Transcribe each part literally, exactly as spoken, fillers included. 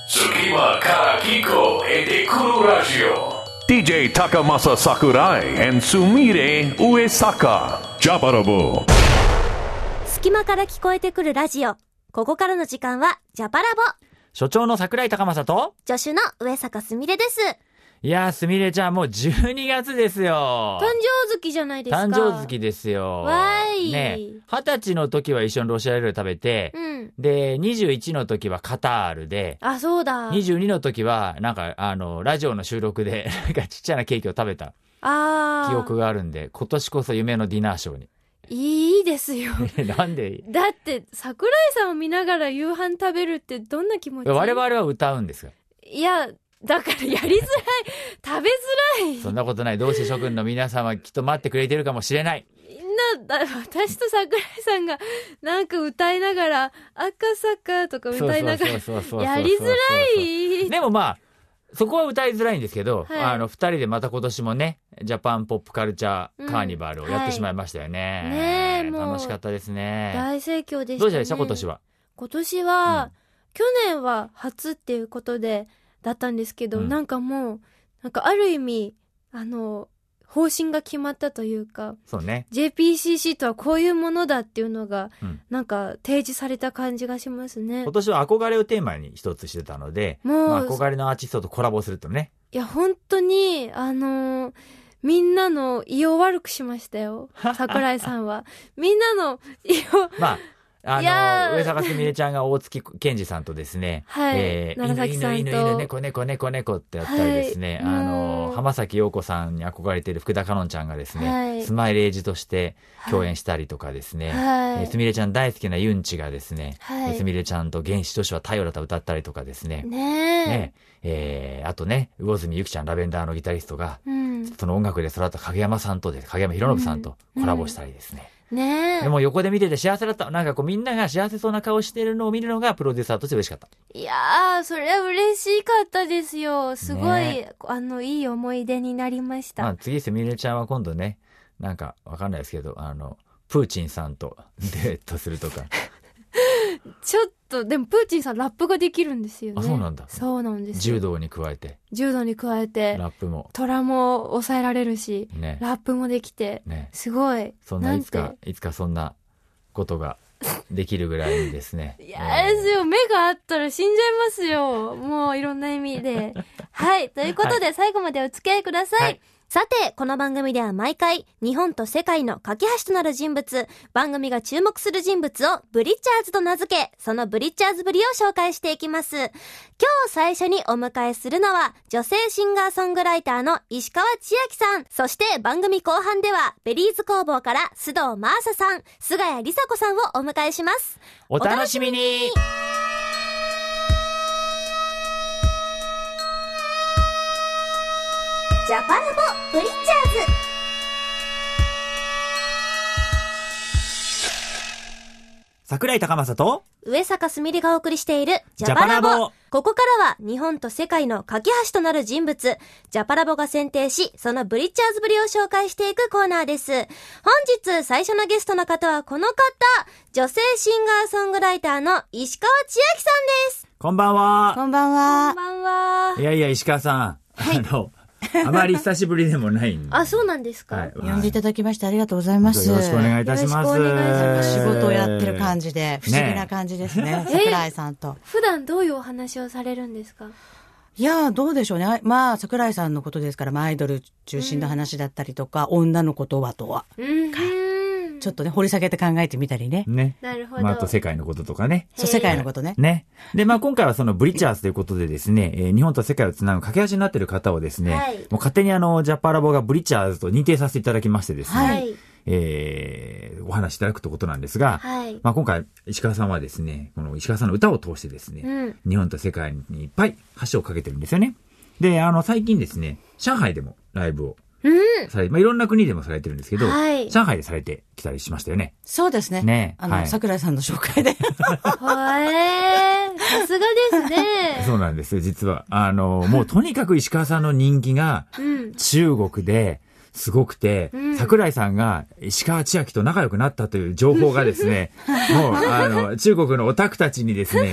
隙間から聞こえてくるラジオ ディージェー Takamasa Sakurai and Sumire Uesaka Japarabu。 隙間から聞こえてくるラジオ。ここからの時間はジャパラボ。 所長の桜井高政と助手の上坂すみれです。 いやー、すみれちゃんもうじゅうにがつですよ。 誕生月じゃないですか。 誕生月ですよ。 わーい。 ね、はたちの時は一緒にロシア料理食べて、うん、でにじゅういちの時はカタールで、 あ、そうだ。 にじゅうにの時はなんかあのラジオの収録でなんかちっちゃなケーキを食べた記憶があるんで、今年こそ夢のディナーショーに。 いいですよ。 なんで？ だって桜井さんを見ながら夕飯食べるってどんな気持ち？ 我々は歌うんですよ。 いや、だからやりづらい、食べづらい。 そんなことない。どうせ諸君の皆さんはきっと待ってくれてるかもしれない。 みんなだ、私と桜井さんがなんか歌いながら赤坂とか歌いながらやりづらい。 でもまあそこは歌いづらいんですけど、はい、あのふたりでまた今年もねジャパンポップカルチャーカーニバルをやってしまいましたよね。うん、はい、ねえ、もう楽しかったですね。 大盛況でしたね。 どうでした今年は？今年は、うん、去年は初っていうことでだったんですけど、うん、なんかもうなんかある意味あの方針が決まったというか、 そうね、 ジェーピーシーシー とはこういうものだっていうのが、うん、なんか提示された感じがしますね。 今年は憧れをテーマに一つしてたので、もう、まあ、憧れのアーティストとコラボするとね、 いや本当にあのー、みんなの胃を悪くしましたよ桜井さんは。みんなの胃をまああの上坂すみれちゃんが大月健二さんとですね、 はい、えー、楢崎さんと犬犬犬猫猫猫猫ってやったりですね、はい、あの浜崎陽子さんに憧れている福田香音ちゃんがですね、はい、スマイルエイジとして共演したりとかですね、はい、えー、すみれちゃん大好きなユンチがですね、はい、すみれちゃんと原始都市は太陽だと歌ったりとかですね、 ねね、えー、あとね魚住ゆきちゃんラベンダーのギタリストが、うん、その音楽で育った影山さんとで影山博信さんとコラボしたりですね、うんうんねえ、 でも横で見てて幸せだった。なんかこうみんなが幸せそうな顔してるのを見るのがプロデューサーとして嬉しかった。 いやー、それは嬉しかったですよ。すごい、ね、あのいい思い出になりました。 まあ、次すみれちゃんは今度ね、なんかわかんないですけど、あのプーチンさんとデートするとか。 ちょっとでもプーチンさんラップができるんですよね。 あ、そうなんだ。 そうなんですよ。 柔道に加えて柔道に加えてラップも虎も抑えられるし、ね、ラップもできて、ね、すごい。 そんないつかいつかそんなことができるぐらいにですね。 いやですよ、目があったら死んじゃいますよ。もういろんな意味で。はい、ということで、はい、最後までお付き合いください。はい、さて、この番組では毎回、日本と世界の架け橋となる人物、番組が注目する人物をブリッチャーズと名付け、そのブリッチャーズぶりを紹介していきます。今日最初にお迎えするのは、女性シンガーソングライターの石川千秋さん。そして番組後半では、ベリーズ工房から須藤真麻さん、菅谷梨紗子さんをお迎えします。 お楽しみに。 ジャパラボブリッチャーズ。 桜井高政と上坂すみれがお送りしているジャパラボ。ジャパラボ。ここからは日本と世界の架け橋となる人物、ジャパラボが選定し、そのブリッチャーズぶりを紹介していくコーナーです。本日最初のゲストの方はこの方、女性シンガーソングライターの石川千秋さんです。 こんばんは。 こんばんは。 こんばんは。 いやいや石川さん、はい、あのあまり久しぶりでもないんで。 あ、そうなんですか、はい、 呼んでいただきましてありがとうございます。 よろしくお願いいたします。 よろしくお願いします。 仕事をやってる感じで不思議な感じですね、桜井さんと。 普段どういうお話をされるんですか？ いやどうでしょうね。まあ桜井さんのことですから、まあ、アイドル中心の話だったりとか、うん、女の子とはとは、うん、ちょっとね掘り下げて考えてみたりね。 ね。 なるほど。 まあ、あと世界のこととかね。 そう、世界のことね。 ね。で、まあ今回はそのブリッチャーズということでですね、えー、日本と世界をつなぐ架け橋になっている方をですね、はい、もう勝手にあのジャパラボがブリッチャーズと認定させていただきましてですね、はい、えー、お話しいただくということなんですが、はい、まあ今回石川さんはですね、この石川さんの歌を通してですね、うん、日本と世界にいっぱい橋を架けてるんですよね。で、あの最近ですね、上海でもライブをうん、されまあ、いろんな国でもされてるんですけど、はい、上海でされてきたりしましたよね。 そうですね。 ね、 あの、はい、桜井さんの紹介で。 へー、さすがですね。 そうなんですよ、実は。あの、もうとにかく石川さんの人気が、中国ですごくて、うん、桜井さんが石川千秋と仲良くなったという情報がですね、もう、あの、中国のオタクたちにですね、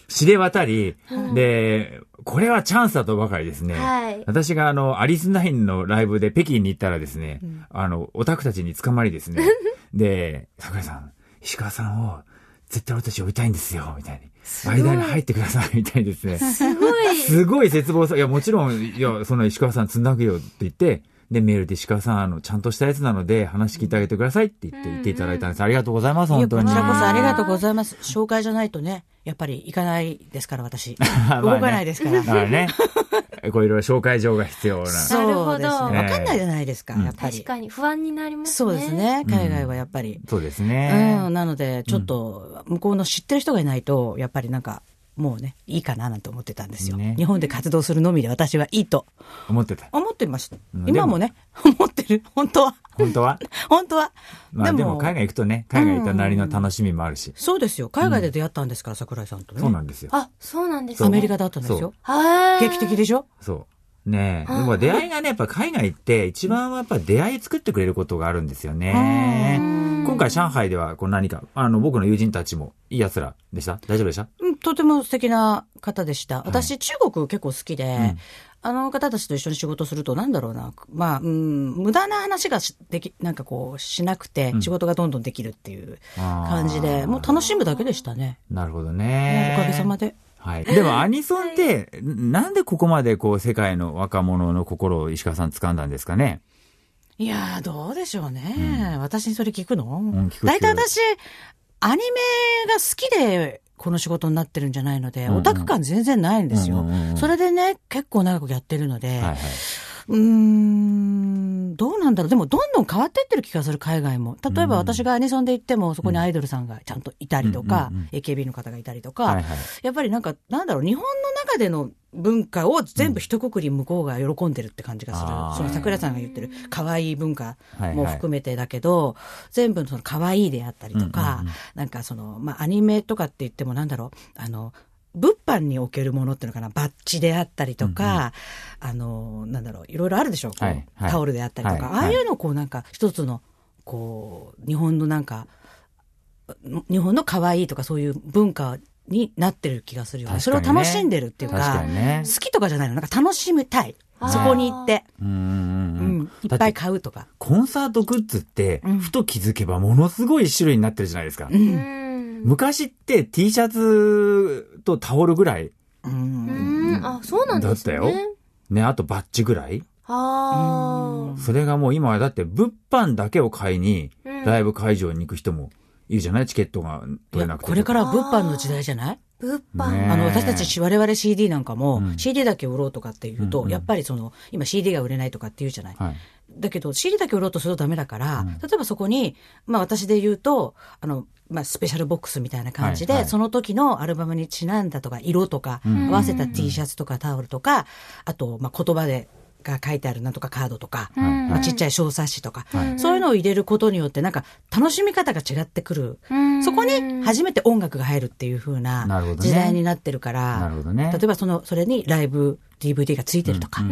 知れ渡り、うん、で、これはチャンスだとばかりですね。はい、私があの、アリスナインのライブで北京に行ったらですね、うん、あの、オタクたちに捕まりですね、で、桜井さん、石川さんを絶対俺たち呼びたいんですよ、みたいに。間に入ってください、みたいですね。 すごい。 すごい絶望さ、いや、もちろん、いや、その石川さんつなぐよって言って、で、メールで石川さん、あの、ちゃんとしたやつなので、話聞いてあげてくださいって言って、言っていただいたんです。ありがとうございます、本当に。 こちらこそありがとうございます。紹介じゃないとね、やっぱり行かないですから、私。動かないですから。 だからね。こういろいろ紹介状が必要な。 そうですね。わかんないじゃないですか、やっぱり。 確かに不安になりますね。 そうですね。海外はやっぱり。 そうですね。 うん。なので、ちょっと、向こうの知ってる人がいないと、やっぱりなんか、もうね、いいかななんて思ってたんですよ。ね、日本で活動するのみで私はいいと。 思ってた。 思ってました。今もね、思ってる。本当は。 本当は本当は。 まあでも、でも海外行くとね、海外行ったなりの楽しみもあるし。 そうですよ。海外で出会ったんですから、うん、桜井さんとね。 そうなんですよ。 あ、そうなんですね。 アメリカだったんですよ。劇的でしょ？ そう。ねえ。でも出会いがね、やっぱ海外行って一番はやっぱ出会い作ってくれることがあるんですよね。今回上海ではこう何か、あの僕の友人たちもいい奴らでした？大丈夫でした？ うん、とても素敵な方でした。私、はい、中国結構好きで、うん、あの方たちと一緒に仕事するとなんだろうな、まあ、うん、無駄な話ができ、なんかこうしなくて仕事がどんどんできるっていう感じで、うん、もう楽しむだけでしたね。 なるほどね。 おかげさまで。 はい。でもアニソンって、はい、なんでここまでこう世界の若者の心を石川さん掴んだんですかね？ いやー、どうでしょうね。うん、私にそれ聞くの？ うん、聞く。 大体私、アニメが好きでこの仕事になってるんじゃないので、うんうん、オタク感全然ないんですよ、うんうんうん。それでね、結構長くやってるので、はいはい、うーん、どうなんだろう。でも、どんどん変わっていってる気がする、海外も。例えば、私がアニソンで行っても、そこにアイドルさんがちゃんといたりとか、うんうんうん、エーケービー の方がいたりとか、はいはい、やっぱりなんか、なんだろう、日本の中での文化を全部一括り向こうが喜んでるって感じがする。うん、その桜さんが言ってる可愛い文化も含めてだけど、はいはい、全部その可愛いであったりとか、うんうんうん、なんかその、まあ、アニメとかって言ってもなんだろう、あの、物販におけるものっていうのかな、バッジであったりとか、うんうん、あの、なんだろう、いろいろあるでしょう、こう、はいはい、タオルであったりとか、はいはい、ああいうのをこうなんか一つの、こう、日本のなんか、日本の可愛いとかそういう文化になってる気がするよね。ね、それを楽しんでるっていうか、かね、好きとかじゃないの、なんか楽しみたい。そこに行って、うんうんうん、いっぱい買うとか。 コンサートグッズって、ふと気づけばものすごい種類になってるじゃないですか。うん、昔って T シャツとタオルぐらい。 うん、あ、そうなんですね。 だったよ。ね、あとバッジぐらい。ああ。それがもう今はだって物販だけを買いに、ライブ会場に行く人もいるじゃない？チケットが取れなくて。 これからは物販の時代じゃない？ 物販、 あの、私たち、我々 シーディー なんかも、うん、シーディー だけ売ろうとかっていうと、うんうん、やっぱりその、今 シーディー が売れないとかって言うじゃない。はい、だけど、シーディー だけ売ろうとするとダメだから、うん、例えばそこに、まあ私で言うと、あの、まあスペシャルボックスみたいな感じで、はいはい、その時のアルバムにちなんだとか、色とか、合わせた T シャツとかタオルとか、あと、まあ言葉で、が書いてあるなんとかカードとか、はい、まあ、ちっちゃい小冊子とか、はい、そういうのを入れることによってなんか楽しみ方が違ってくる。そこに初めて音楽が入るっていう風な時代になってるから、なるほどね、例えばその、それにライブ ディーブイディー がついてるとか、うんうん、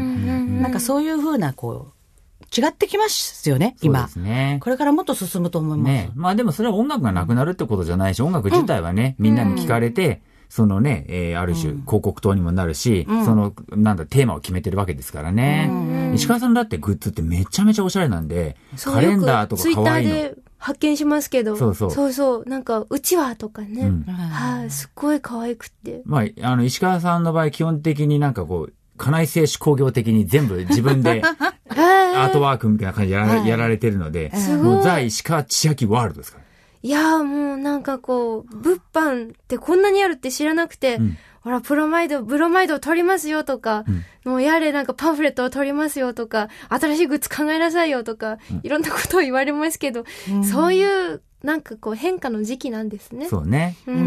なんかそういう風なこう、違ってきますよね、今。そうですね。これからもっと進むと思います。ね、 まあでもそれは音楽がなくなるってことじゃないし、音楽自体はね、うん、みんなに聞かれて、そのね、えー、ある種、広告塔にもなるし、うん、その、なんだ、テーマを決めてるわけですからね。うんうん、石川さんだってグッズってめちゃめちゃおしゃれなんで、カレンダーとか可愛いの。ツイッターで発見しますけど。 そうそう。 そうそう。なんか、うちわとかね。うん、はい、すっごい可愛くって。 まあ、あの、石川さんの場合、基本的になんかこう、金井製紙工業的に全部自分で、アートワークみたいな感じでやら, やられてるので、もうザ・石川千秋ワールドですから。 いやーもうなんかこう、物販ってこんなにあるって知らなくて、うん、ほら、プロマイド、ブロマイドを取りますよとか、うん、もうやれなんかパンフレットを取りますよとか、新しいグッズ考えなさいよとか、うん、いろんなことを言われますけど、うん、そういうなんかこう変化の時期なんですね。 そうね。うん、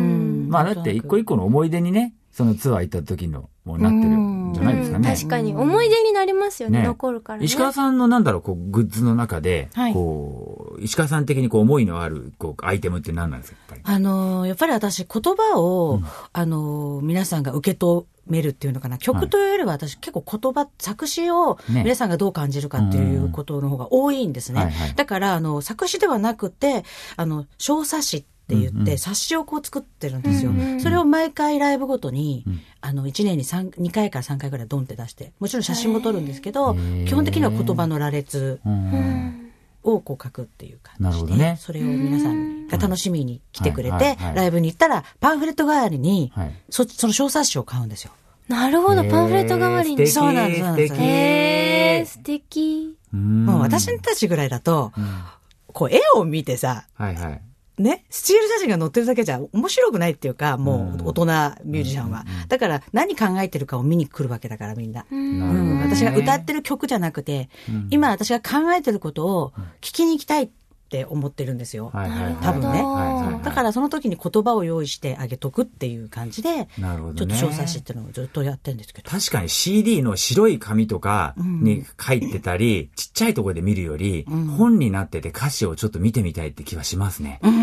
まあだって一個一個の思い出にね、そのツアー行った時のもうなってるんじゃないですかね。 確かに思い出になりますよね、ね、残るからね。 石川さんのなんだろう、こうグッズの中で、はい、こう石川さん的にこう思いのあるこうアイテムって何なんですか？やっぱりあのー、やっぱり私言葉を、うん、あのー、皆さんが受け止めるっていうのかな、曲というよりは私結構言葉、作詞を皆さんがどう感じるかっていうことの方が多いんですね。はいはい、だからあの作詞ではなくてあの小冊子って言って冊子をこう作ってるんですよ。 うんうん、 それを毎回ライブごとに、 うん、 あのいちねんにさんにかいからさんかいぐらいドンって出して、もちろん写真も撮るんですけど、基本的には言葉の羅列をこう書くっていう感じで、 なるほどね、 それを皆さんが楽しみに来てくれて、はいはいはい、ライブに行ったらパンフレット代わりに、はい、そ, その小冊子を買うんですよ。 なるほど、パンフレット代わりに。 そうなんです、そうなんです。 へー、素敵。 もう私たちぐらいだと、うん、こう絵を見てさ、 はいはい、 ね、スチール写真が載ってるだけじゃ面白くないっていうか、もう大人ミュージシャンは。うん、だから何考えてるかを見に来るわけだからみんな。うん、私が歌ってる曲じゃなくて、うん、今私が考えてることを聞きに行きたいって思ってるんですよ。はいはいはい、多分ね、はいはいはい。だからその時に言葉を用意してあげとくっていう感じで、なるほどね、ちょっと小冊子っていうのをずっとやってるんですけど。 確かに シーディー の白い紙とかに書いてたり、うん、ちっちゃいところで見るより、うん、本になってて歌詞をちょっと見てみたいって気はしますね。うん、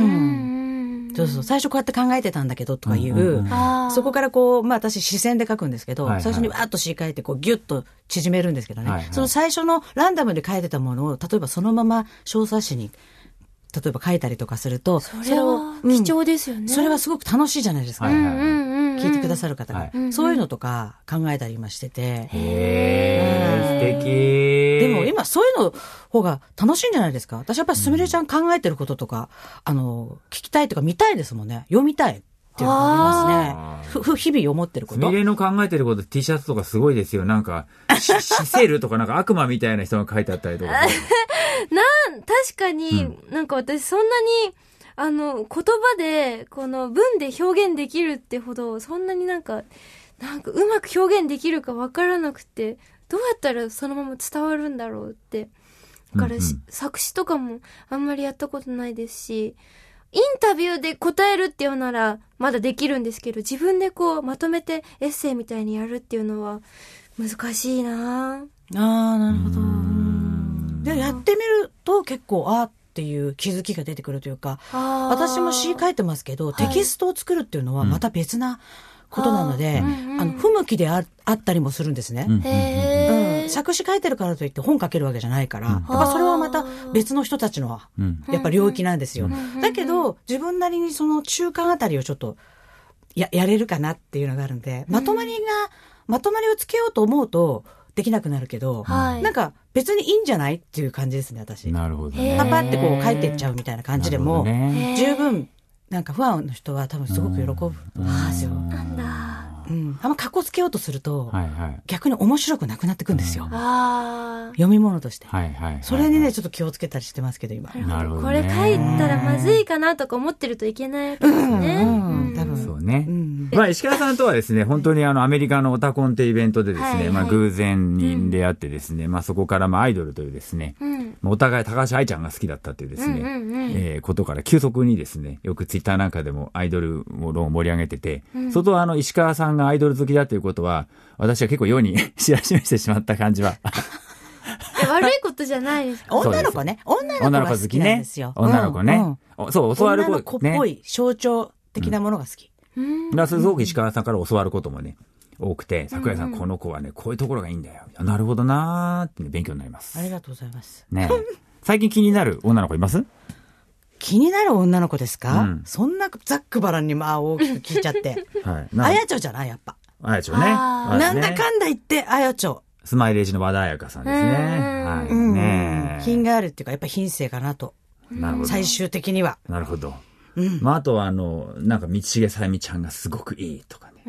そうそう、最初こうやって考えてたんだけどとかいう、うんうんうん、そこからこう、まあ私視線で書くんですけど、はいはい、最初にわーっと詩書いてこうギュッと縮めるんですけどね、はいはい、その最初のランダムで書いてたものを、例えばそのまま小冊子に例えば書いたりとかすると、 それは貴重ですよね、うん。それはすごく楽しいじゃないですか。はいはいはい、聞いてくださる方が、はい、そういうのとか考えたり今してて。 へー、素敵。 でも今そういうの方が楽しいんじゃないですか。私やっぱりすみれちゃん考えてることとか、うん、あの、聞きたいとか見たいですもんね。読みたい。っていうのがありますね。ふ、日々思ってること。 すみれの考えてること T シャツとかすごいですよ。なんか、し、しせるとかなんか悪魔みたいな人が書いてあったりとか。なん、 確かに、うん、なんか私そんなに、あの、言葉で、この文で表現できるってほど、そんなになんか、なんかうまく表現できるかわからなくて、どうやったらそのまま伝わるんだろうって。だから、うんうん、作詞とかもあんまりやったことないですし、インタビューで答えるっていうならまだできるんですけど、自分でこうまとめてエッセイみたいにやるっていうのは難しいな。 ああ、なるほど。で、やってみると結構あーっていう気づきが出てくるというか、私も詩書いてますけど、テキストを作るっていうのはまた別なことなので、あ、うん、あの不向きで あ, あったりもするんですね。へー、うん、作詞書いてるからといって本書けるわけじゃないから、うん、やっぱそれはまた別の人たちのやっぱ領域なんですよ。だけど自分なりにその中間あたりをちょっと や, やれるかなっていうのがあるんで、まとまりが、まとまりをつけようと思うとできなくなるけど、はい、なんか別にいいんじゃないっていう感じですね、私。 なるほどね。 パパってこう書いてっちゃうみたいな感じでも、ね、十分なんかファンの人は多分すごく喜ぶんですよ。なんだ。うん。あんま格好つけようとすると、はいはい、逆に面白くなくなってくんですよ。あ、読み物として。はいはいはいはい、それにね、ちょっと気をつけたりしてますけど、今。 なるほど、ね。これ書いたらまずいかなとか思ってるといけないわけですね。うん、 うん、多分。そうね。うん、まあ、石川さんとはですね、本当にあの、アメリカのオタコンってイベントでですね、はいはい、まあ、偶然に出会ってですね、うん、まあ、そこからまあ、アイドルというですね、うん、お互い高橋愛ちゃんが好きだったというですね、うんうんうん、えー、ことから急速にですね、よくツイッターなんかでもアイドルを盛り上げてて、うん、相当あの、石川さんがアイドル好きだということは、私は結構世に知らしめしてしまった感じは。 悪いことじゃないですか。 女の子ね。女の子が好きなんですよ。 女の子ね。うんうん、そう、教わる子。 女の子っぽい象徴的なものが好き。 うん、だからすごく石川さんから教わることもね、多くて、桜井さん、この子はね、こういうところがいいんだよ。なるほどなーって、ね、勉強になります。 ありがとうございます。 ね。最近気になる女の子います？ 気になる女の子ですか？うん、そんなざっくばらんにまあ大きく聞いちゃって。はい。あやちょじゃないやっぱ。 あやちょね。 なんだかんだ言って、あやちょ。 スマイレージの和田彩香さんですね。はい。 うん、ね、品があるっていうか、やっぱ品性かなと。なるほど。最終的には。 なるほど。うん、まあ、あとは、あの、なんか、道重さゆみちゃんがすごくいいとかね。 うん、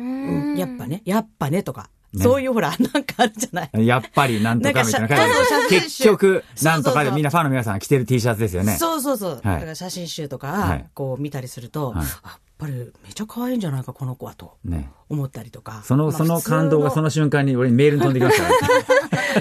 やっぱね、やっぱねとか。ね、そういうほら、なんかあるじゃない。 やっぱりなんとかみたいな感じで。結局、なんとかでみんなファンの皆さんが着てる T シャツですよね。 そうそうそう。はい、だから写真集とか、はい、こう見たりすると、はい、やっぱりめちゃ可愛いんじゃないか、この子はと。ね。思ったりとか。 その、その感動がその瞬間に俺にメールに飛んできました。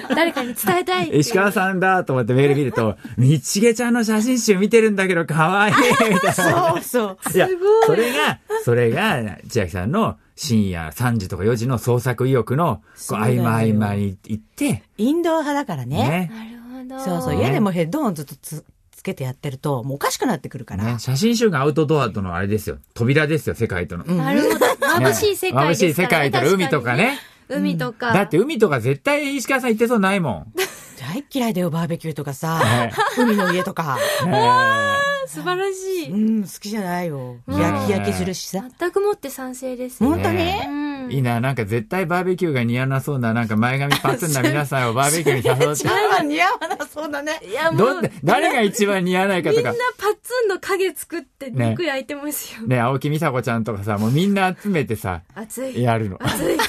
誰かに伝えたい。 石川さんだと思ってメール見ると、みちげちゃんの写真集見てるんだけど可愛いみたいな。 そうそう。 いや、それが、それが、千秋さんの深夜さんじとかよじの創作意欲の、こう、合間合間に行って。 インドア派だからね。 ね。なるほど。 そうそう。家でもヘッドホンずっとつ、つけてやってると、もうおかしくなってくるから。ね、 写真集がアウトドアとのあれですよ。扉ですよ、世界との。 なるほど。眩しい世界ですから、ね。眩しい世界とか海とかね。 海とか、 うん。だって海とか絶対石川さん行ってそうないもん。 大嫌いだよ、バーベキューとかさ。海の家とか。 素晴らしい。 うん、好きじゃないよ。焼き焼きするしさ。 全くもって賛成ですね。 本当に、 うん、 いいな、なんか絶対バーベキューが似合わなそうな、なんか前髪パツンな皆さんをバーベキューに誘って。 似合わなそうだね。 いやもう。 ど誰が一番似合わないかとか。 みんなパツンの影作って肉焼いてますよ。 ね、ね青木美沙子ちゃんとかさ、もうみんな集めてさ、 熱い。 やるの。 熱い。熱い。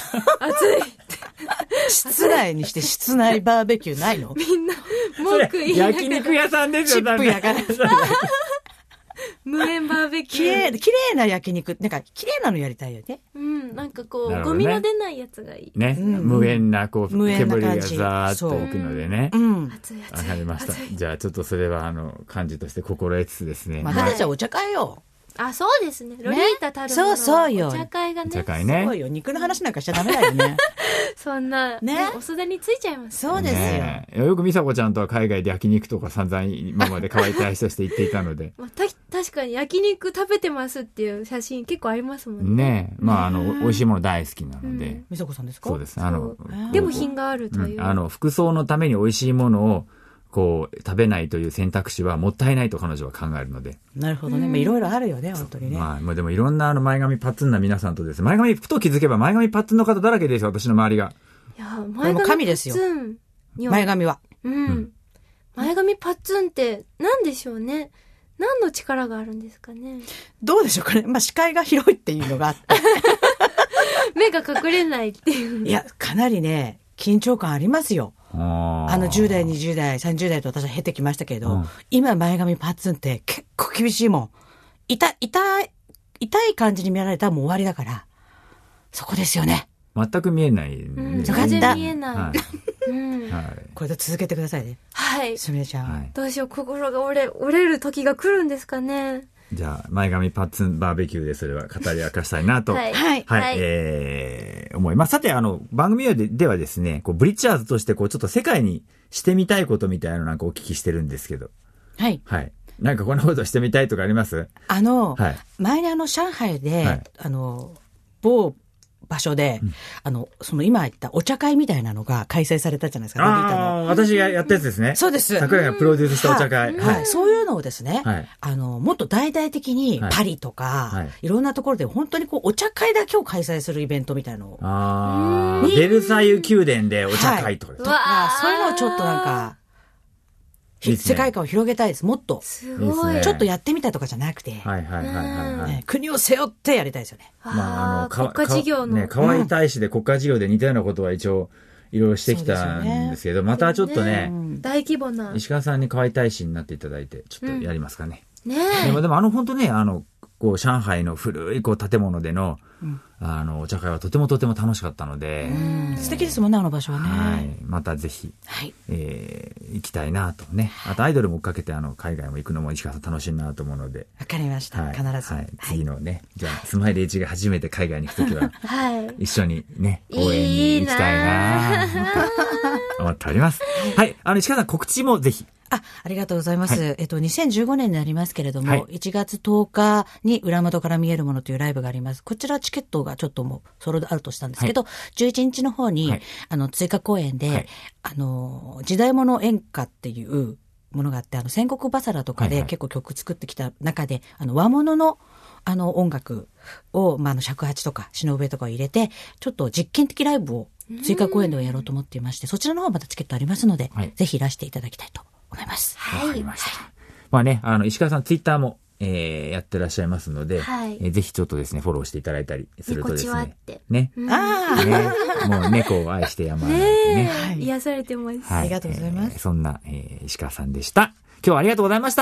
室内にして室内バーベキューないの？ みんな、文句言いながら。 焼肉屋さんですよ、 チップ焼かない。 無縁バーベキュー。 綺麗、綺麗な焼肉。なんか、綺麗なのやりたいよね。 うん、なんかこう、 ね、 ゴミの出ないやつがいい。 ね。 うん、 無縁な、こう、 無縁な煙がザーっといくのでね。 うん。 熱い熱い。 わかりました。じゃあ、ちょっとそれは、あの、漢字として心得つつですね。 またじゃあお茶会よ。 あ、そうですね。ロリータたるもの、ね、そうそうよ。お茶会がね。 お茶会ね。 そうよ。肉の話なんかしちゃダメだよね。 そんな、ね。お袖についちゃいます。 そうですよ。ね、 よく美佐子ちゃんとは海外で焼肉とか散々今まで可愛い大使として言っていたので。 まあ、た、確かに焼肉食べてますっていう写真結構ありますもんね。 ねえ。まあ、あの、美味しいもの大好きなので。うん、 美佐子さんですか？ そうです。あの、 でも品があるという、 うん。あの、服装のために美味しいものを、こう、食べないという選択肢はもったいないと彼女は考えるので。 なるほどね。まあ、いろいろあるよね、本当にね。 まあ、まあ、でもいろんなあの前髪パッツンな皆さんとですね、前髪、ふと気づけば前髪パッツンの方だらけですよ、私の周りが。 いや、前髪パッツン。 前髪は。 うん。うん、前髪パッツンって何でしょうね。何の力があるんですかね。 どうでしょうかね。まあ、視界が広いっていうのがあって。 目が隠れないっていう。 いや、かなりね、緊張感ありますよ。あ, あのじゅう代、にじゅう代、さんじゅう代と私は経てきましたけれど、うん、今前髪パッツンって結構厳しいもん。痛、痛い、痛い感じに見られたらもう終わりだから。そこですよね。 全く見えない、ね。 うん、全然見えない。はいうんはい、これで続けてくださいね。 はい。 すみれちゃん、はい。 どうしよう、心が折れ、折れる時が来るんですかね。 じゃあ、前髪パッツンバーベキューでそれは語り明かしたいなと。 はい。 はい。はい、えー、思います。さて、あの、番組でではですね、こう、ブリッチャーズとして、こう、ちょっと世界にしてみたいことみたいなのなんかお聞きしてるんですけど。 はい。 はい。なんかこんなことしてみたいとかあります？ あの、はい、前にあの、上海で、はい、あの、某、場所で、うん、あの、その今言ったお茶会みたいなのが開催されたじゃないですか。 ああ、私がやったやつですね。 そうです。 桜井がプロデュースしたお茶会。 はい。はい、そういうのをですね、はい、あの、もっと大々的にパリとか、はい、いろんなところで本当にこう、お茶会だけを開催するイベントみたいなのを。 ああ、ベルサイユ宮殿でお茶会とか。はい、 とか、そういうのをちょっとなんか、いいね、世界観を広げたいです。もっと。 すごい。 ちょっとやってみたとかじゃなくて。 はいはいはいはい、はいね。国を背負ってやりたいですよね。 まあ、あの、国家事業の。 ね、河合大使で国家事業で似たようなことは一応、いろいろしてきたんですけど、ね、またちょっとね、 ね大規模な。 石川さんに河合大使になっていただいて、ちょっとやりますかね。 うん、ねでも、でもあの本当ね、あの、こう、上海の古いこう建物での、うん、あの、お茶会はとてもとても楽しかったので。 素敵ですもんね、あの場所はね。 はい。またぜひ、はい、えー、行きたいなとね。あとアイドルも追っかけて、あの、海外も行くのも石川さん楽しいなと思うので。 わかりました。はい、必ず。 はい。次のね、じゃあ、スマイルエイジが初めて海外に行くときは、はい。一緒にね、応援に行きたいなと思っております。はい。あの、石川さん告知もぜひ。 あ、ありがとうございます。はい、えっと、にせんじゅうごねんになりますけれども、はい、いちがつとおかに裏窓から見えるものというライブがあります。こちらチケットがちょっともうソロアウトしたんですけど、はい、じゅういちにちの方に、はい、あの、追加公演で、はい、あの、時代物演歌っていうものがあって、あの、戦国バサラとかで結構曲作ってきた中で、はいはい、あの、和物のあの、音楽を、まあ、あの、尺八とか、篠笛とかを入れて、ちょっと実験的ライブを追加公演ではやろうと思っていまして、そちらの方またチケットありますので、はい、ぜひいらしていただきたいと思います。 はい。わかりました。まあね、あの、石川さんツイッターも、えー、やってらっしゃいますので、はい、えー、ぜひちょっとですね、フォローしていただいたりするとですね。ね。 うん、 ああ、 ね。もう猫を愛してやまないね。 ね、はい、癒されてます、 はい。ありがとうございます。 えー、そんな、えー、石川さんでした。今日はありがとうございました。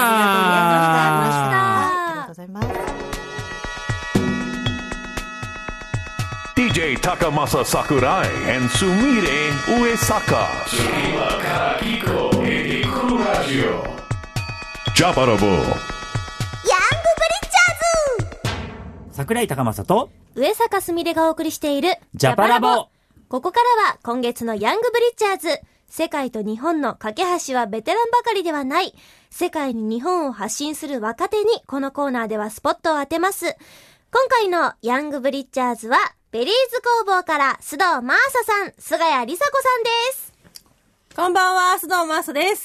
ありがとうございました。ありがとうございます。 ディージェー Takamasa Sakurai and Sumire Uesaka. Tsukima kara kiko ete kuru radio. Japarabo. Young Bridgers! 桜井高政と上坂すみれがお送りしているジャパラボ。 ここからは今月のヤングブリッジャーズ。世界と日本の架け橋はベテランばかりではない。世界に日本を発信する若手にこのコーナーではスポットを当てます。今回のヤングブリッジャーズはベリーズ工房から須藤真麻さん、菅谷梨紗子さんです。 こんばんは、須藤真麻です。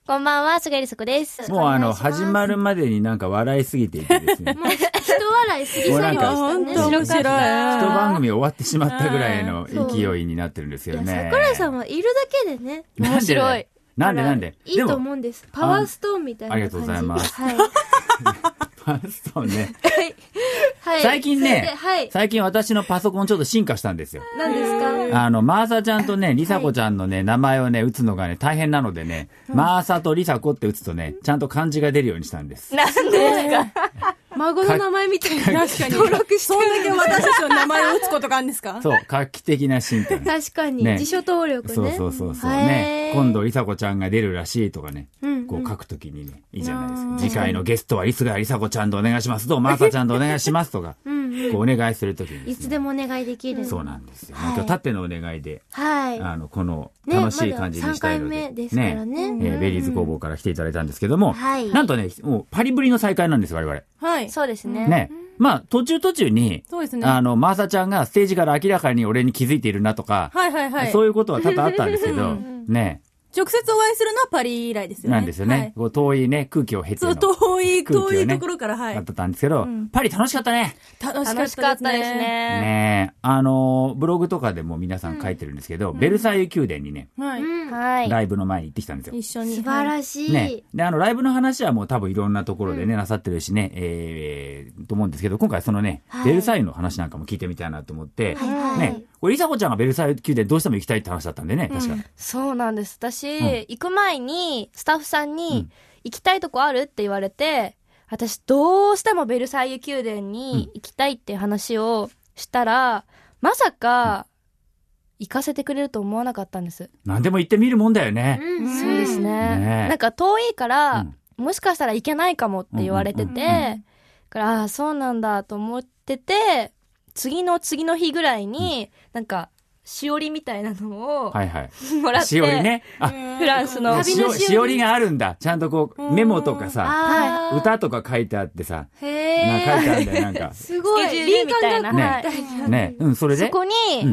こんばんは、菅りそこです。 もうあの、始まるまでになんか笑いすぎていてですね。 もう人笑いすぎ作業でしたね。 面白い。一番組終わってしまったぐらいの勢いになってるんですよね。 桜井さんはいるだけでね。 面白い。なんでなんでいいと思うんです。パワーストーンみたいな感じ。 ありがとうございます。 はい。 パワーストーンね。 はい。 最近ね、 はい、 最近私のパソコンちょっと進化したんですよ。 何ですか？ あの、マーサちゃんとね、リサコちゃんのね、名前をね、打つのがね、大変なのでね、うん、マーサとリサコって打つとね、ちゃんと漢字が出るようにしたんです。 なんですか？孫の名前みたいに確かに登録してる。 そんだけ私たちの名前を打つことがあるんですか？ そう、画期的な進化、ね。 確かに、ね、辞書登録ね。 そうそうそうそうね。今度リサコちゃんが出るらしいとかね、うんうん、こう書くときにね、いいじゃないですか。次回のゲストはリスがリサコちゃんとお願いしますと、マーサちゃんとお願いしますとか、うんうん、こうお願いするときにですね。 いつでもお願いできる。 そうなんですよ。はい、今日たってのお願いで、 はい、 あの、この楽しい感じにしたいので、 ね、まださんかいめですからね。 ね、えー、ベリーズ工房から来ていただいたんですけども、 はい、 なんとね、もうパリぶりの再会なんです、我々。 はい。 そうですね。 ね。まあ、途中途中に、 そうですね。 あの、マーサちゃんがステージから明らかに俺に気づいているなとか、 はいはいはい。 そういうことは多々あったんですけど、ね。 直接お会いするのはパリ以来ですよね。 なんですよね。はい、こう遠いね、空気を経ての。 そう、遠い、遠いところから、はい。 だったんですけど、うん、パリ楽しかったね。 楽しかったですね。 ねえ。あの、ブログとかでも皆さん書いてるんですけど、うん、ベルサイユ宮殿にね、 はい。 ライブの前に行ってきたんですよ。 一緒に。 素晴らしい。 ね。で、あの、ライブの話はもう多分いろんなところでね、うん、なさってるしね、えー、と思うんですけど、今回そのね、はい、ベルサイユの話なんかも聞いてみたいなと思って、はい、ね。これ、リサコちゃんがベルサイユ宮殿どうしても行きたいって話だったんでね、確か。うん、 そうなんです。私、うん、行く前に、スタッフさんに、うん、行きたいとこあるって言われて、私、どうしてもベルサイユ宮殿に行きたいって話をしたら、うん、まさか、行かせてくれると思わなかったんです。 何でも行ってみるもんだよね。 うん、そうですね。ね、なんか遠いから、うん、もしかしたら行けないかもって言われてて、うんうんうんうん、からああ、そうなんだと思ってて、次の次の日ぐらいに、うん、なんか、しおりみたいなのを、はいはい、もらって。しおりね。あ、フランスの。 旅のしおりがあるんだ。ちゃんとこう、メモとかさ、歌とか書いてあってさ、 へなんか書いてあるんだよ、なんか。 すごい。リンカンがね。ね。うん、それでそこに、うん、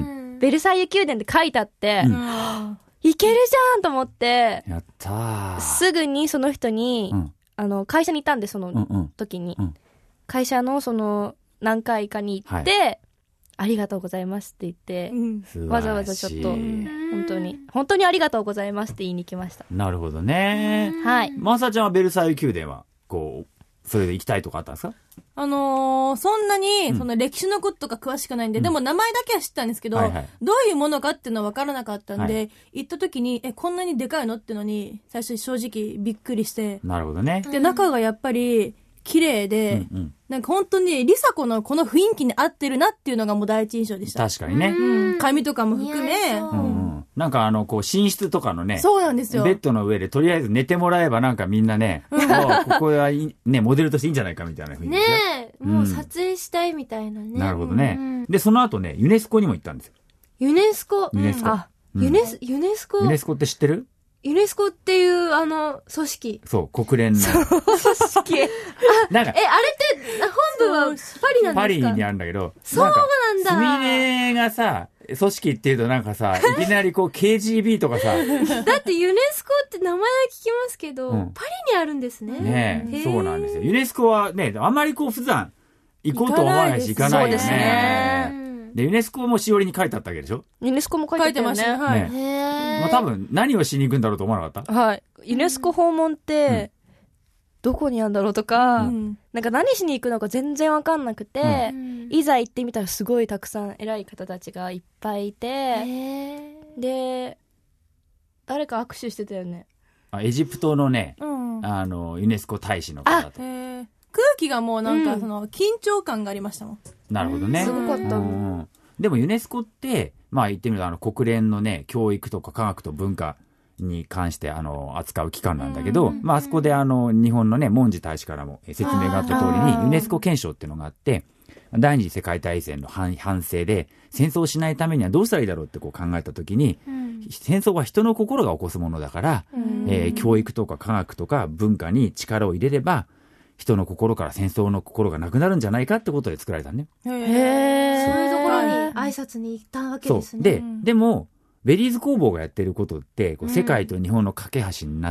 ベルサイユ宮殿って書いてあって、うん、いけるじゃんと思って、 やったー。 すぐにその人に、うん、あの、会社にいたんで、その時に。うんうん、会社のその、何回かに行って、はい、ありがとうございますって言って、うん、わざわざちょっと、本当に、本当にありがとうございますって言いに来ました。 なるほどね。 はい。 マーサちゃんはベルサイユ宮殿は、こう、それで行きたいとかあったんですか？ あのー、そんなに、その歴史のこととか詳しくないんで、うん、でも名前だけは知ったんですけど、はいはい、どういうものかっていうのは分からなかったんで、はい、行った時に、え、こんなにでかいのってのに、最初正直びっくりして。 なるほどね。 で、中がやっぱり、綺麗で、うんうん、なんか本当にリサ子のこの雰囲気に合ってるなっていうのがもう第一印象でした。 確かにね。 うん、髪とかも含め、 うんうん、なんかあのこう寝室とかのね、 そうなんですよ。 ベッドの上でとりあえず寝てもらえばなんかみんなね、もうここはねモデルとしていいんじゃないかみたいな雰囲気ですね。え、もう撮影したいみたいなね。 なるほどね。うん、でその後ねユネスコにも行ったんですよ。 ユネスコ。 ユネスコ。 あ、うん、ユネスユネスコ。 ユネスコって知ってる？ ユネスコっていう、あの、組織。 そう、国連の。組織。あ、なんか、え、あれって、本部はパリなんですか？ パリにあるんだけど。 そうなんだ。 スミレがさ、組織っていうとなんかさ、いきなりこう ケージービー とかさ。 だってユネスコって名前は聞きますけど、うん、パリにあるんですね。 ねえ、そうなんですよ。ユネスコはね、あんまりこう普段行こうと思わないし行かないよね。そうですね。で、ユネスコもしおりに書いてあったわけでしょ？ ユネスコも書いてましたね。はい。 ね、まあ多分何をしに行くんだろうと思わなかった？ はい。ユネスコ訪問って、どこにあるんだろうとか、うん、なんか何しに行くのか全然わかんなくて、うん、いざ行ってみたらすごいたくさん偉い方たちがいっぱいいて、で、誰か握手してたよね。 あ、エジプトのね、うん、あの、ユネスコ大使の方と。 空気がもうなんかその緊張感がありましたもん。 なるほどね。 すごかった。 うん、でもユネスコって、まあ言ってみるとあの国連のね、教育とか科学と文化に関してあの扱う機関なんだけど、まああそこであの日本のね、文字大使からも説明があった通りにユネスコ憲章っていうのがあって、第二次世界大戦の反省で戦争をしないためにはどうしたらいいだろうってこう考えたときに、うん、戦争は人の心が起こすものだから、えー、教育とか科学とか文化に力を入れれば、人の心から戦争の心がなくなるんじゃないかってことで作られたね。 へー。そういうところに挨拶に行ったわけですね。 そう。で、でも、 ベリーズ工房がやってることって、こう世界と日本の架け橋になって、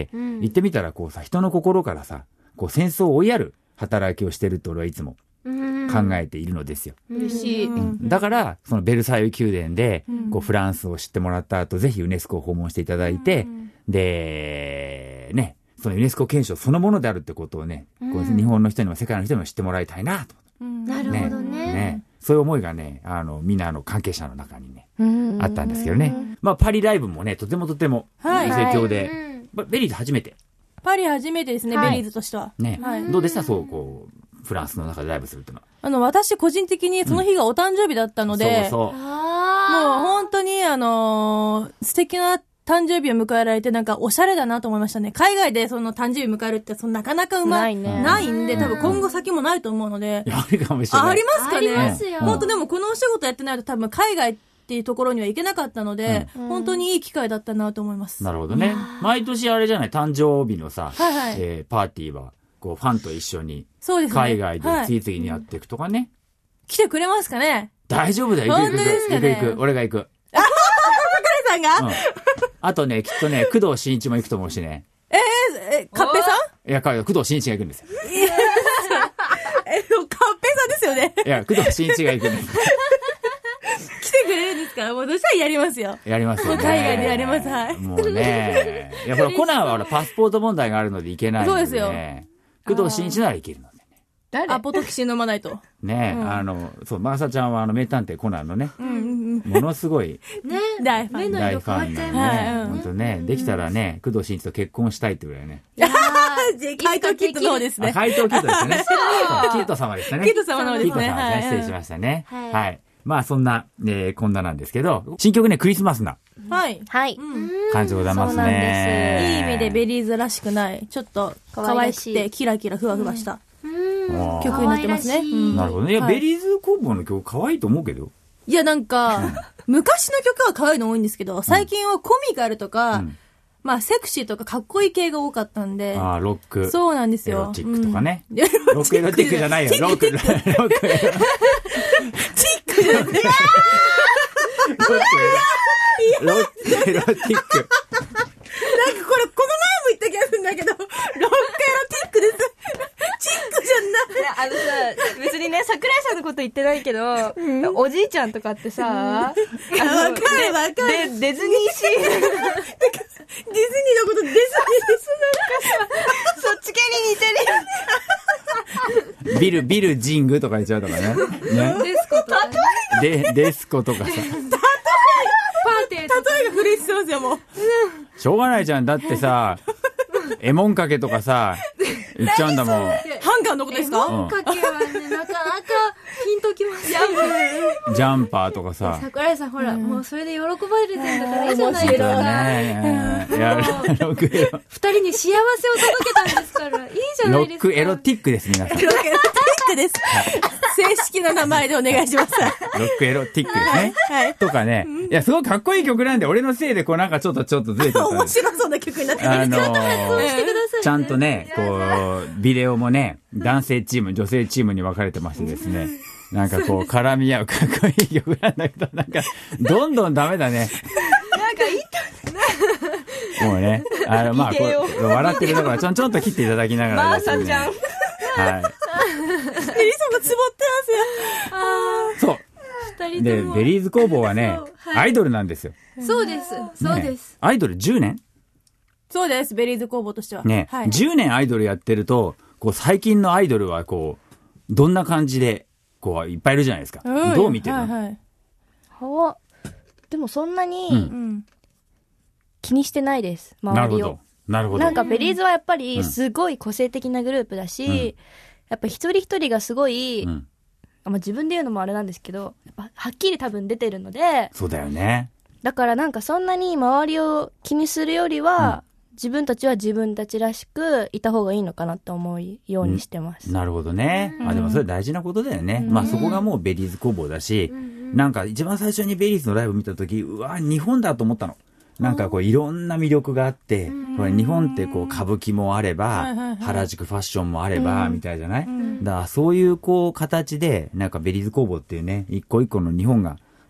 うん、言ってみたらこうさ、人の心からさ、こう戦争を追いやる働きをしてるって俺はいつも考えているのですよ。 嬉しい。 うん、だから、そのベルサイユ宮殿で、こうフランスを知ってもらった後、ぜひユネスコを訪問していただいて、で、ね、そのユネスコ憲章そのものであるってことをね、こう日本の人にも世界の人にも知ってもらいたいなと。 なるほどね。ねそういう思いがね、あの、みんなの関係者の中にね、あったんですけどね。まあ、パリライブもね、とてもとても、盛況で、ベリーズ初めて。 パリ初めてですね、ベリーズとしては。 ね。どうでしたそう、こう、フランスの中でライブするっていうのは。 あの、私個人的にその日がお誕生日だったので、そうそう。もう本当に、あの、素敵な誕生日を迎えられて、なんかおしゃれだなと思いましたね。海外でその誕生日迎えるってそのなかなかうまい、ね、ないんで、多分今後先もないと思うので。 あるかもしれない。 あ、ありますかね。 ありますよ。 本当でもこのお仕事やってないと多分海外っていうところには行けなかったので、うん、本当にいい機会だったなと思います。 なるほどね。毎年あれじゃない、誕生日のさ、はいはい、えー、パーティーは、こう、ファンと一緒に、海外で次々にやっていくとかね。はい、 来てくれますかね。 大丈夫だよ、行く行く行く行く。俺が行く。 あ、桜井さんが、うん、 あとね、きっとね、工藤新一も行くと思うしね。 えー、え、カッペさん？ いや、工藤新一が行くんですよ。 いや、え、カッペさんですよね。 いや、工藤新一が行くんです。 来てくれるんですか？もうどうしたらやりますよ。 やりますよね。 海外でやります、はい。 もうね。いや、ほら、コナンはほら、パスポート問題があるので行けないので、ね。そうですよ。工藤新一なら行けるのでね。 誰？アポトキシン飲まないと。 ねえ、うん、あの、そう、マーサちゃんはあの、名探偵コナンのね、うんうんうん、ものすごい、 ね、 大ファン。 大ファンなんでね。ほんとね、できたらね、工藤新一と結婚したいってぐらいね。 怪盗キッドの方ですね。 怪盗キッドですね。キッド様でしたね。 キッド様の方ですね。 キッド様ですね。失礼しましたね。はい。はい、まあ、そんな、えー、こんななんですけど、新曲ね、クリスマスな。 はい。 はい。 感じでございますね。 そうなんです。いい意味でベリーズらしくない。ちょっと、可愛くて、キラキラふわふわした。曲になってますね。 なるほどね。いや、ベリーズ工房の曲可愛いと思うけど。 いや、なんか、昔の曲は可愛いの多いんですけど、最近はコミカルとか、まあ、セクシーとかかっこいい系が多かったんで。 ああ、ロック。 そうなんですよ。 エロチックとかね。ロックエロティックじゃないよ。ロック、ロックエロ。チックじゃない。ロックエロ。ロックエロティック。なんかこれ、この前も言った気がするんだけど、ロックエロティックです。チックじゃない。 あのさ、別にね、桜井さんのこと言ってないけど、うん、おじいちゃんとかってさ、 わかるわかる。 ディズニーシー。ディズニーのことディズニーです。 なんかさ、そっち系に似てるよ。 ビル、ビルジングとか言っちゃうとかね。ね。 デスコとか。 で、デスコとかさ。 パーティー。例えがフレッシュしてますよ、もう。 しょうがないじゃん。だってさ、エモンかけとかさ、言っちゃうんだもん。 ハンガーのことですか？ エモンかけはね、なかなかピンときますよ。 ジャンパーとかさ。 桜井さん、ほら、もうそれで喜ばれてるんだからいいじゃないですか。 ねえ。いや、ロックエロ。 二人に幸せを届けたんですから、いいじゃないですか。 ロックエロティックです、皆さん。 ロックエロティックです。正式な名前でお願いします。ロックエロティックですね。はい。とかね。いや、すごいかっこいい曲なんで、俺のせいでこうなんかちょっとちょっとずれてた。 面白そうな曲になってます。 あのー、ちゃんとね、こう、ビデオもね、男性チーム、女性チームに分かれてましてですね。なんかこう、絡み合うかっこいい曲なんだけど、なんか、どんどんダメだね。 なんかいいと、 もうね、あの、まあ、こう、笑ってるところはちょんちょんと切っていただきながらですね。 マーサちゃん。はい。 エリさんがつぼってますよ。 あそう。で、ベリーズ工房はね、はい、アイドルなんですよ。 そうです。そうです。 ね、アイドルじゅうねん？ そうです。ベリーズ工房としては。 ね、はい、じゅうねんアイドルやってると、こう、最近のアイドルはこう、どんな感じで、こう、いっぱいいるじゃないですか。うん、どう見てるの？はいはい。 はでもそんなに、気にしてないです。周りを。 なるほど。 なんかベリーズはやっぱり、すごい個性的なグループだし、うん、やっぱ一人一人がすごい、うんまあ、自分で言うのもあれなんですけど、やっぱはっきり多分出てるので。 そうだよね。 だからなんかそんなに周りを気にするよりは、うん、自分たちは自分たちらしくいた方がいいのかなって思うようにしてます。 うん、なるほどね。うん、あでもそれ大事なことだよね。うん、まあそこがもうベリーズ工房だし、うん、なんか一番最初にベリーズのライブ見たとき、うわ、日本だと思ったの。なんかこういろんな魅力があって、これ日本ってこう歌舞伎もあれば、原宿ファッションもあれば、みたいじゃない？だからそういうこう形で、なんかベリーズ工房っていうね、一個一個の日本が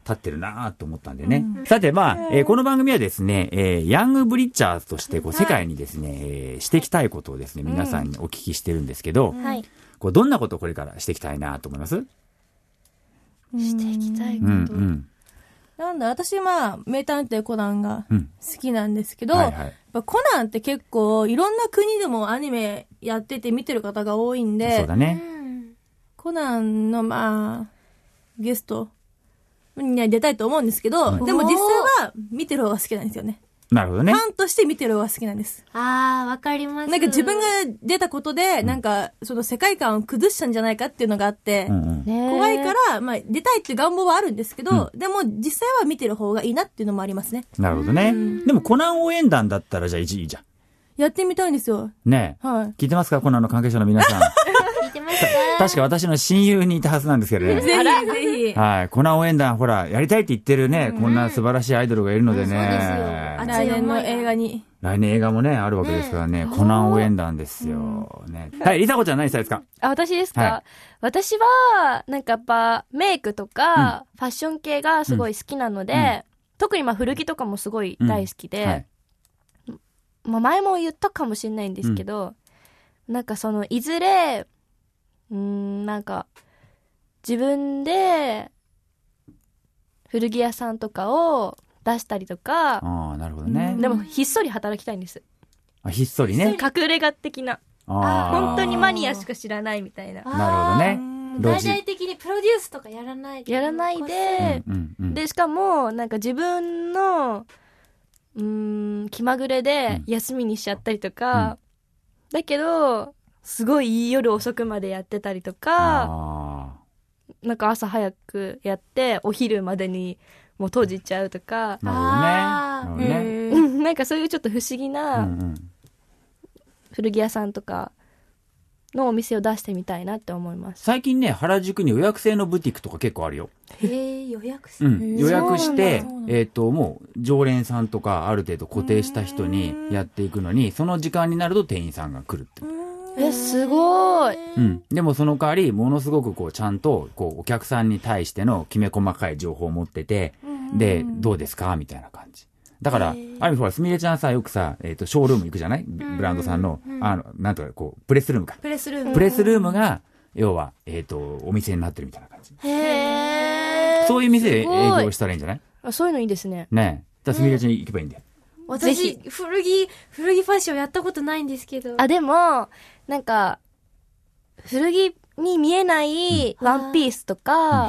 立ってるなと思ったんでね。うん、さて、まあ、えー、この番組はですね、えー、ヤングブリッチャーズとして、こう、世界にですね、えー、していきたいことをですね、皆さんにお聞きしてるんですけど、うん、こうどんなことをこれからしていきたいなと思います？ していきたいこと。うんうんなんだ、私まあ、名探偵コナンが好きなんですけど、うんはいはい、やっぱコナンって結構いろんな国でもアニメやってて見てる方が多いんで、 そうだね。 コナンのまあ、ゲストに出たいと思うんですけど、うん、でも実際は見てる方が好きなんですよね。 なるほどね。 ファンとして見てる方が好きなんです。 ああ、わかります。 なんか自分が出たことで、なんかその世界観を崩したんじゃないかっていうのがあって、うんうん、怖いから、まあ出たいっていう願望はあるんですけど、うん、でも実際は見てる方がいいなっていうのもありますね。 なるほどね。でもコナン応援団だったらじゃあいいじゃん。 やってみたいんですよ。 ねえ。はい。聞いてますかコナンの関係者の皆さん。 聞いてますか確か私の親友にいたはずなんですけどね。 ぜひぜひ。 はい。コナン応援団、ほら、やりたいって言ってるね、うん、こんな素晴らしいアイドルがいるのでね。そうですよ。 来年の映画に。 来年映画もね、あるわけですからね。ねコナン応援団ですよ。ね。はい、りさこちゃん何したいですか？ あ、私ですか、はい、私は、なんかやっぱ、メイクとか、うん、ファッション系がすごい好きなので、うん、特にまあ古着とかもすごい大好きで、うんはいまあ、前も言ったかもしれないんですけど、うん、なんかそのいずれうーんなんか自分で古着屋さんとかを出したりとか、 ああなるほどね。 でもひっそり働きたいんです。 あひっそりね。 隠れ家的な。あ本当にマニアしか知らないみたいな。 なるほどね。 大々的にプロデュースとかやらないでやらないで、うんうんうん、でしかもなんか自分のうーん気まぐれで休みにしちゃったりとか、うん、だけどすごい夜遅くまでやってたりとか、なんか朝早くやってお昼までにもう閉じちゃうとか、 なるほどね。なるほどね。 うん、なんかそういうちょっと不思議な古着屋さんとかのお店を出してみたいなって思います。 最近ね、原宿に予約制のブティックとか結構あるよ。 へー、予約制、 うん、予約して、えっと、もう常連さんとかある程度固定した人にやっていくのに、その時間になると店員さんが来るって。 え、すごい。 うん。でもその代わり、ものすごくこう、ちゃんと、こう、お客さんに対してのきめ細かい情報を持ってて、で、どうですかみたいな感じ。だから、ある意味ほら、すみれちゃんさ、よくさ、えっと、ショールーム行くじゃないブランドさんの、あの、なんとかこう、プレスルームか。 プレスルーム。 プレスルームが、要は、えっと、お店になってるみたいな感じ。 へー。 そういう店で営業したらいいんじゃない？ あ、そういうのいいですね。 ねえ。じゃあ、すみれちゃんに行けばいいんだよ。 私、古着、古着ファッションやったことないんですけど。 あ、でも、なんか、古着に見えないワンピースとか、うん、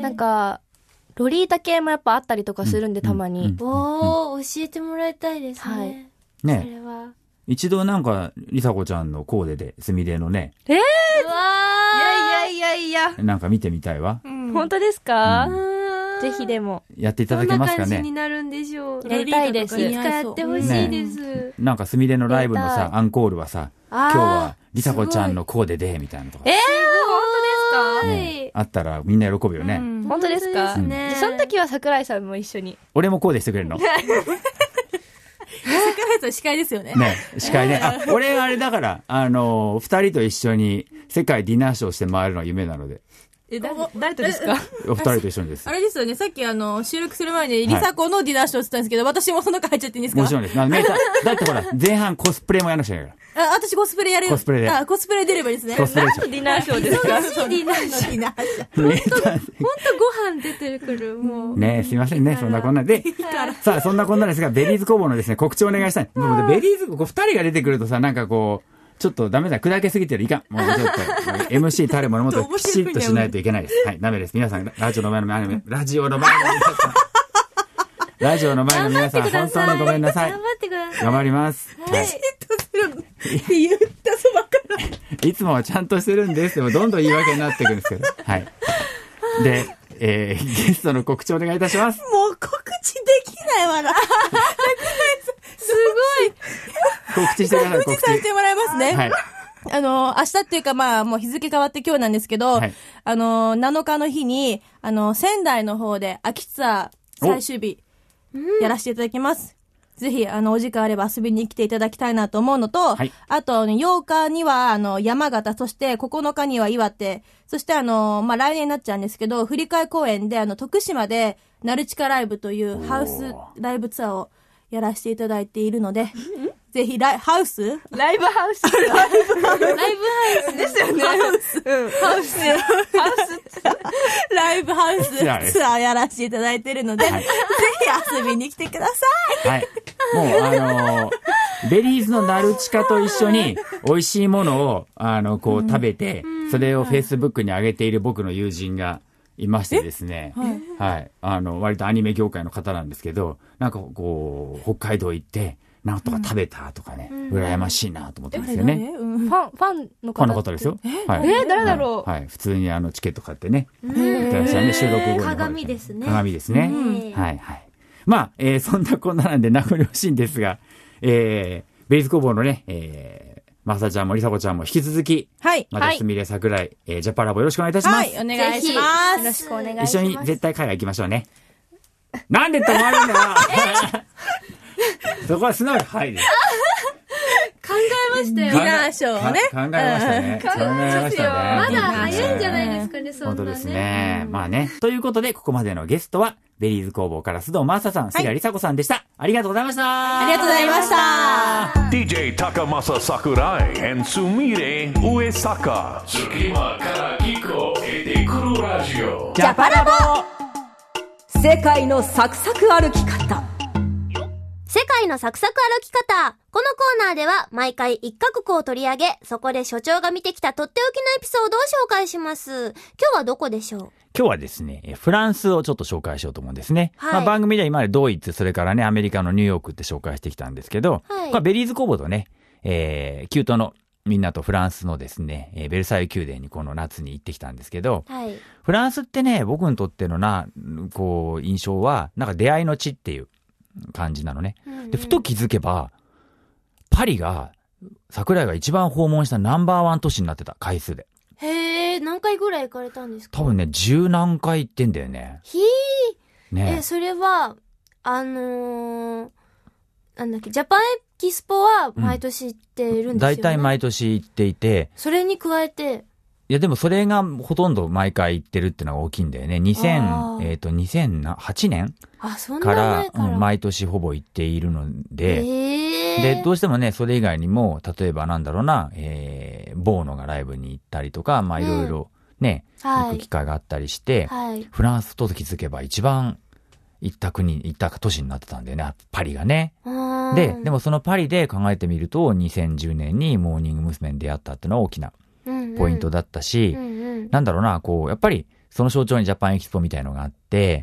なんか、ロリータ系もやっぱあったりとかするんで、うん、たまに。 うん、おー、教えてもらいたいですね。はい。 ね。 それは。 一度なんか、りさこちゃんのコーデで、すみれのね。 えー、うわーいやいやいやいや。 なんか見てみたいわ。 うん、本当ですか？うん、ぜひでも。 やっていただけますかね。 どんな感じになるんでしょう。 やりたいです。 いつかやってほしいです。ね、 なんかすみれのライブのさ、アンコールはさ、今日はりさこちゃんのコーデで、みたいなのとか。 えー、本当ですか？ ね、あったらみんな喜ぶよね。うん、 本当ですか？うん、その時は桜井さんも一緒に。 俺もコーデしてくれるの？ 桜井さん司会ですよね。 ね、司会ね。あ、俺あれだから、あの、二人と一緒に世界ディナーショーして回るのは夢なので。 え、だ、誰とですか？ お二人と一緒にです。 あれですよね、さっきあの、収録する前にリサ子のディナーショーって言ったんですけど、はい、私もその中入っちゃっていいんですか？ もちろんです。だってほら、前半コスプレもやらなくちゃいけないから。 あ、私コスプレやるよ。 コスプレで。 あ、コスプレ出ればいいですね。 コスプレでしょ。 何のディナーショーですか？ そうディナーショー。ディナーショー。ほんと、ほんとご飯出てくる、もう。 ねえ、すいませんね、そんなこんなで。さあ、そんなこんなですが、ベリーズ工房のですね、告知をお願いしたい。もうベリーズ、こう二人が出てくるとさ、なんかこう、ちょっとダメだ。砕けすぎてる。いかん。もうちょっと、エムシー たるものもときちっとしないといけないです。はい、ダメです。皆さん、ラジオの前の前の、ラジオの前の皆さん。ラジオの前の皆さん、本当にごめんなさい。 頑張ってください。 頑張ります。 はい。きちっとするって言ったそばから。 いつもはちゃんとしてるんです。でも、どんどん言い訳になっていくんですけど。はい。で、えー、ゲストの告知お願いいたします。 もう告知できないわな。すごい。告知してください、告知。 告知させてもらいますね。 はい。 あの、明日っていうかまあ、もう日付変わって今日なんですけど、はい、あの、なのかの日に、あの、仙台の方で秋ツアー最終日、やらせていただきます。 ぜひ、あの、お時間あれば遊びに来ていただきたいなと思うのと、はい、あと、ね、ようかには、あの、山形、そしてここのかには岩手、そしてあの、まあ、来年になっちゃうんですけど、振り替え公演で、あの、徳島で、ナルチカライブというハウスライブツアーをやらせていただいているので、ぜひライ、ハウスライブハウスライブハウスライブハウスですよね。ハウス。うん。ハウス。ハウス。ライブハウスツアーやらせていただいているので、はい、ぜひ遊びに来てください。 はい。もう、あのー、ベリーズのナルチカと一緒に美味しいものを、あの、こう食べて、うん、それをフェイスブックに上げている僕の友人がいましてですね。はい。はい。あの、割とアニメ業界の方なんですけど、なんかこう、北海道行って、なんとか食べたとかね、うん、羨ましいなと思ってますよね。 うん、ファン、ファンの方。 ファンの方ですよ。 はい、えー、誰だろう、はい、はい。普通にあのチケット買ってね。いってらっしゃいね、収録後に。 鏡ですね。 鏡ですね。はいはい。まあ、えー、そんなこんななんで名残惜しいんですが、えー、ベリーズ工房のね、えー、まさちゃんもりさこちゃんも引き続き、はい。またすみれ桜井、えー、ジャパラボよろしくお願いいたします。 はい、お願いします。 よろしくお願いします。 一緒に絶対海外行きましょうね。なんで止まるんだよそこは素直にはいです。 考えましたよ。 ディナーショーをね。 考えましたね。考えましたね。 まだ早いんじゃないですかね、そんなね。 本当ですね。まあね。ということで、ここまでのゲストは、ベリーズ工房から須藤真麻さん、菅谷梨紗子さんでした。ありがとうございました。 ありがとうございました。 ディージェー Takamasa Sakurai and Sumire Uesaka。次はから聞こえてくるラジオ。 ジャパラボ。世界のサクサク歩き方。 世界のサクサク歩き方。このコーナーでは毎回一カ国を取り上げ、そこで所長が見てきたとっておきのエピソードを紹介します。今日はどこでしょう？ 今日はですね、フランスをちょっと紹介しようと思うんですね。はい、まあ、番組では今までドイツ、それからね、アメリカのニューヨークって紹介してきたんですけど、はい、まあ、ベリーズ工房とね、えー、キュートのみんなとフランスのですね、えー、ベルサイユ宮殿にこの夏に行ってきたんですけど、はい、フランスってね、僕にとってのな、こう、印象は、なんか出会いの地っていう感じなのね。うんうん、で、ふと気づけば、パリが、桜井が一番訪問したナンバーワン都市になってた、回数で。 へー、何回ぐらい行かれたんですか？ 多分ね、十何回行ってんだよね。 ひー。ね、え、それは、あのー、なんだっけ、ジャパンエキスポは毎年行ってるんですよね。 大体、うん、毎年行っていて。 それに加えて。 いや、でもそれがほとんど毎回行ってるってのが大きいんだよね。にせん、えっと、にせんはちねんあ、そんなから前から、 うん、毎年ほぼ行っているので、 えー、 で、どうしてもね、それ以外にも、例えばなんだろうな、えー、ボーノがライブに行ったりとか、まあいろいろね、うん、行く機会があったりして、はい、フランスと気づけば一番行った国、行った都市になってたんだよね、パリがね。で、でもそのパリで考えてみると、にせんじゅうねんにモーニング娘。に出会ったっていうのは大きなポイントだったし、うんうん、なんだろうな、こう、やっぱりその象徴にジャパンエキスポみたいのがあって、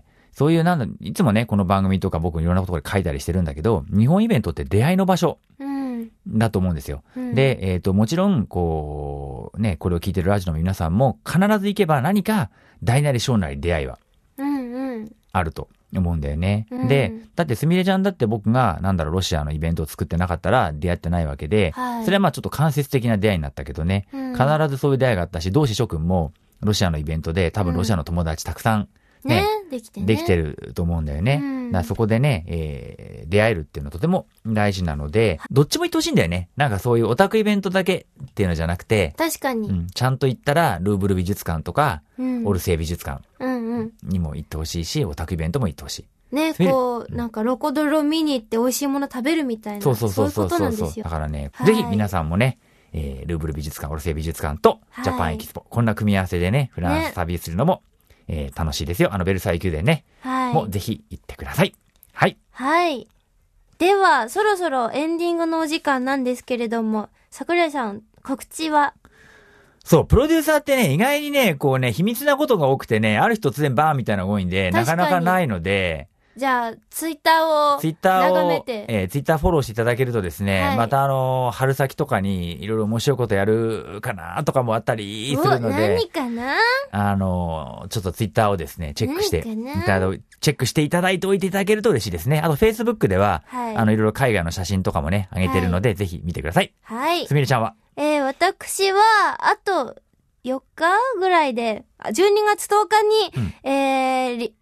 そういうなんだ、いつもね、この番組とか僕いろんなことで書いたりしてるんだけど、日本イベントって出会いの場所だと思うんですよ。うん、で、えっと、もちろん、こう、ね、これを聞いてるラジオの皆さんも必ず行けば何か大なり小なり出会いはあると思うんだよね。うんうん、で、だってすみれちゃんだって僕が、なんだろう、ロシアのイベントを作ってなかったら出会ってないわけで、はい、それはまあちょっと間接的な出会いになったけどね、うん、必ずそういう出会いがあったし、同志諸君もロシアのイベントで多分ロシアの友達たくさん、ね、 ね、できてね。 できてると思うんだよね。うん、だからそこでね、えー、出会えるっていうのはとても大事なので、どっちも行ってほしいんだよね。なんかそういうオタクイベントだけっていうのじゃなくて、 確かに。 うん、ちゃんと行ったら、ルーブル美術館とか、うん、オルセイ美術館にも行ってほしいし、オタクイベントも行ってほしい。 ね、こう、なんかロコドロ見に行って美味しいもの食べるみたいな。 そうそうそうそうそう。そういうことなんですよ。だからね、はい、ぜひ皆さんもね、えー、ルーブル美術館、オルセイ美術館と、ジャパンエキスポ、はい、こんな組み合わせでね、フランス旅するのも、ね、えー、楽しいですよ。あのベルサイユ宮殿ね。はい。もうぜひ行ってください。はい。 はい。では、そろそろエンディングのお時間なんですけれども、桜井さん、告知は？ そう、プロデューサーってね、意外にね、こうね、秘密なことが多くてね、ある日突然バーンみたいなのが多いんで、なかなかないので、 じゃあ、ツイッターを、 ツイッターを、 眺めて。 えー、ツイッターフォローしていただけるとですね、はい、またあのー、春先とかにいろいろ面白いことやるかなとかもあったりするので、 何かなあのー、ちょっとツイッターをですね、チェックして、いただチェックしていただいておいていただけると嬉しいですね。あと、フェイスブックでは、はい、あの、いろいろ海外の写真とかもね、上げてるので、はい、ぜひ見てください。はい。すみれちゃんは？ えー、私は、あと、よっかぐらいで、じゅうにがつとおかに、うん、えー、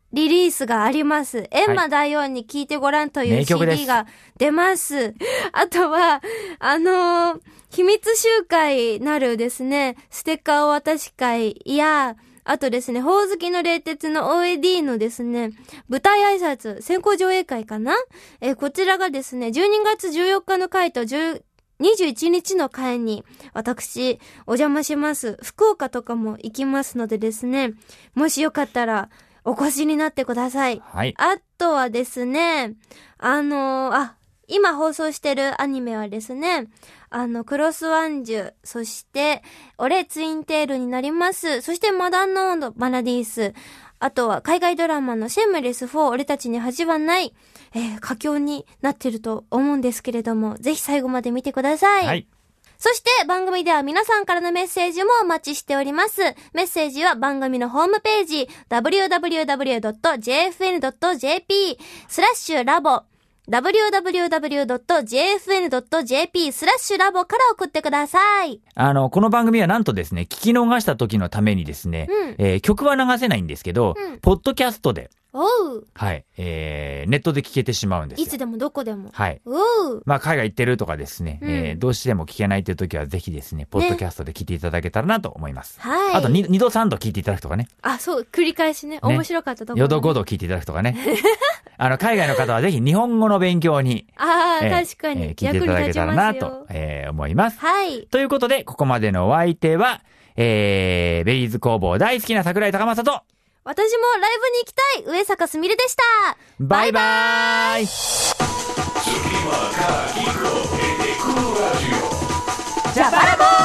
リリースがあります。エンマ大王に聴いてごらんという シーディー が出ます。あとは、あのー、秘密集会なるですね、ステッカーお渡し会や、あとですね、ほおずきの冷徹の オーエーディー のですね、舞台挨拶、先行上映会かな、えー、こちらがですね、じゅうにがつじゅうよっかの回とにじゅういちにちの回に、私、お邪魔します。福岡とかも行きますのでですね、もしよかったら、お越しになってください。 はい。 あとはですね、あのー、あ、今放送してるアニメはですね、あの、クロスワンジュ、そして、俺ツインテールになります。そして、マダンノード、バナディース。あとは、海外ドラマのシェムレスフォー、俺たちに恥はない、えー、佳境になってると思うんですけれども、ぜひ最後まで見てください。はい。そして番組では皆さんからのメッセージもお待ちしております。メッセージは番組のホームページ ダブリューダブリューダブリュードットジェーエフエヌドットジェーピー スラッシュラボ ダブリューダブリューダブリュードットジェーエフエヌドットジェーピー スラッシュラボから送ってください。 あの、この番組はなんとですね、聞き逃した時のためにですね、うんえー、曲は流せないんですけど、うん、ポッドキャストで、 おうはい。えー、ネットで聞けてしまうんですよ。 いつでもどこでも。 はい。 おうまあ、海外行ってるとかですね、うん、えー、どうしても聞けないという時はぜひですね、ポッドキャストで聞いていただけたらなと思います。ね、はい。あと、二度三度聞いていただくとかね。 あ、そう、繰り返しね。面白かったところ、ね。 よどごど聞いていただくとかね。あの、海外の方はぜひ日本語の勉強に。 ああ、えー、確かに、 えー。聞いていただけたらなと、えー、思います。 はい。 ということで、ここまでのお相手は、えー、ベリーズ工房大好きな桜井高政と、 私もライブに行きたい上坂すみれでした。 バイバーイ。 ジャパラボー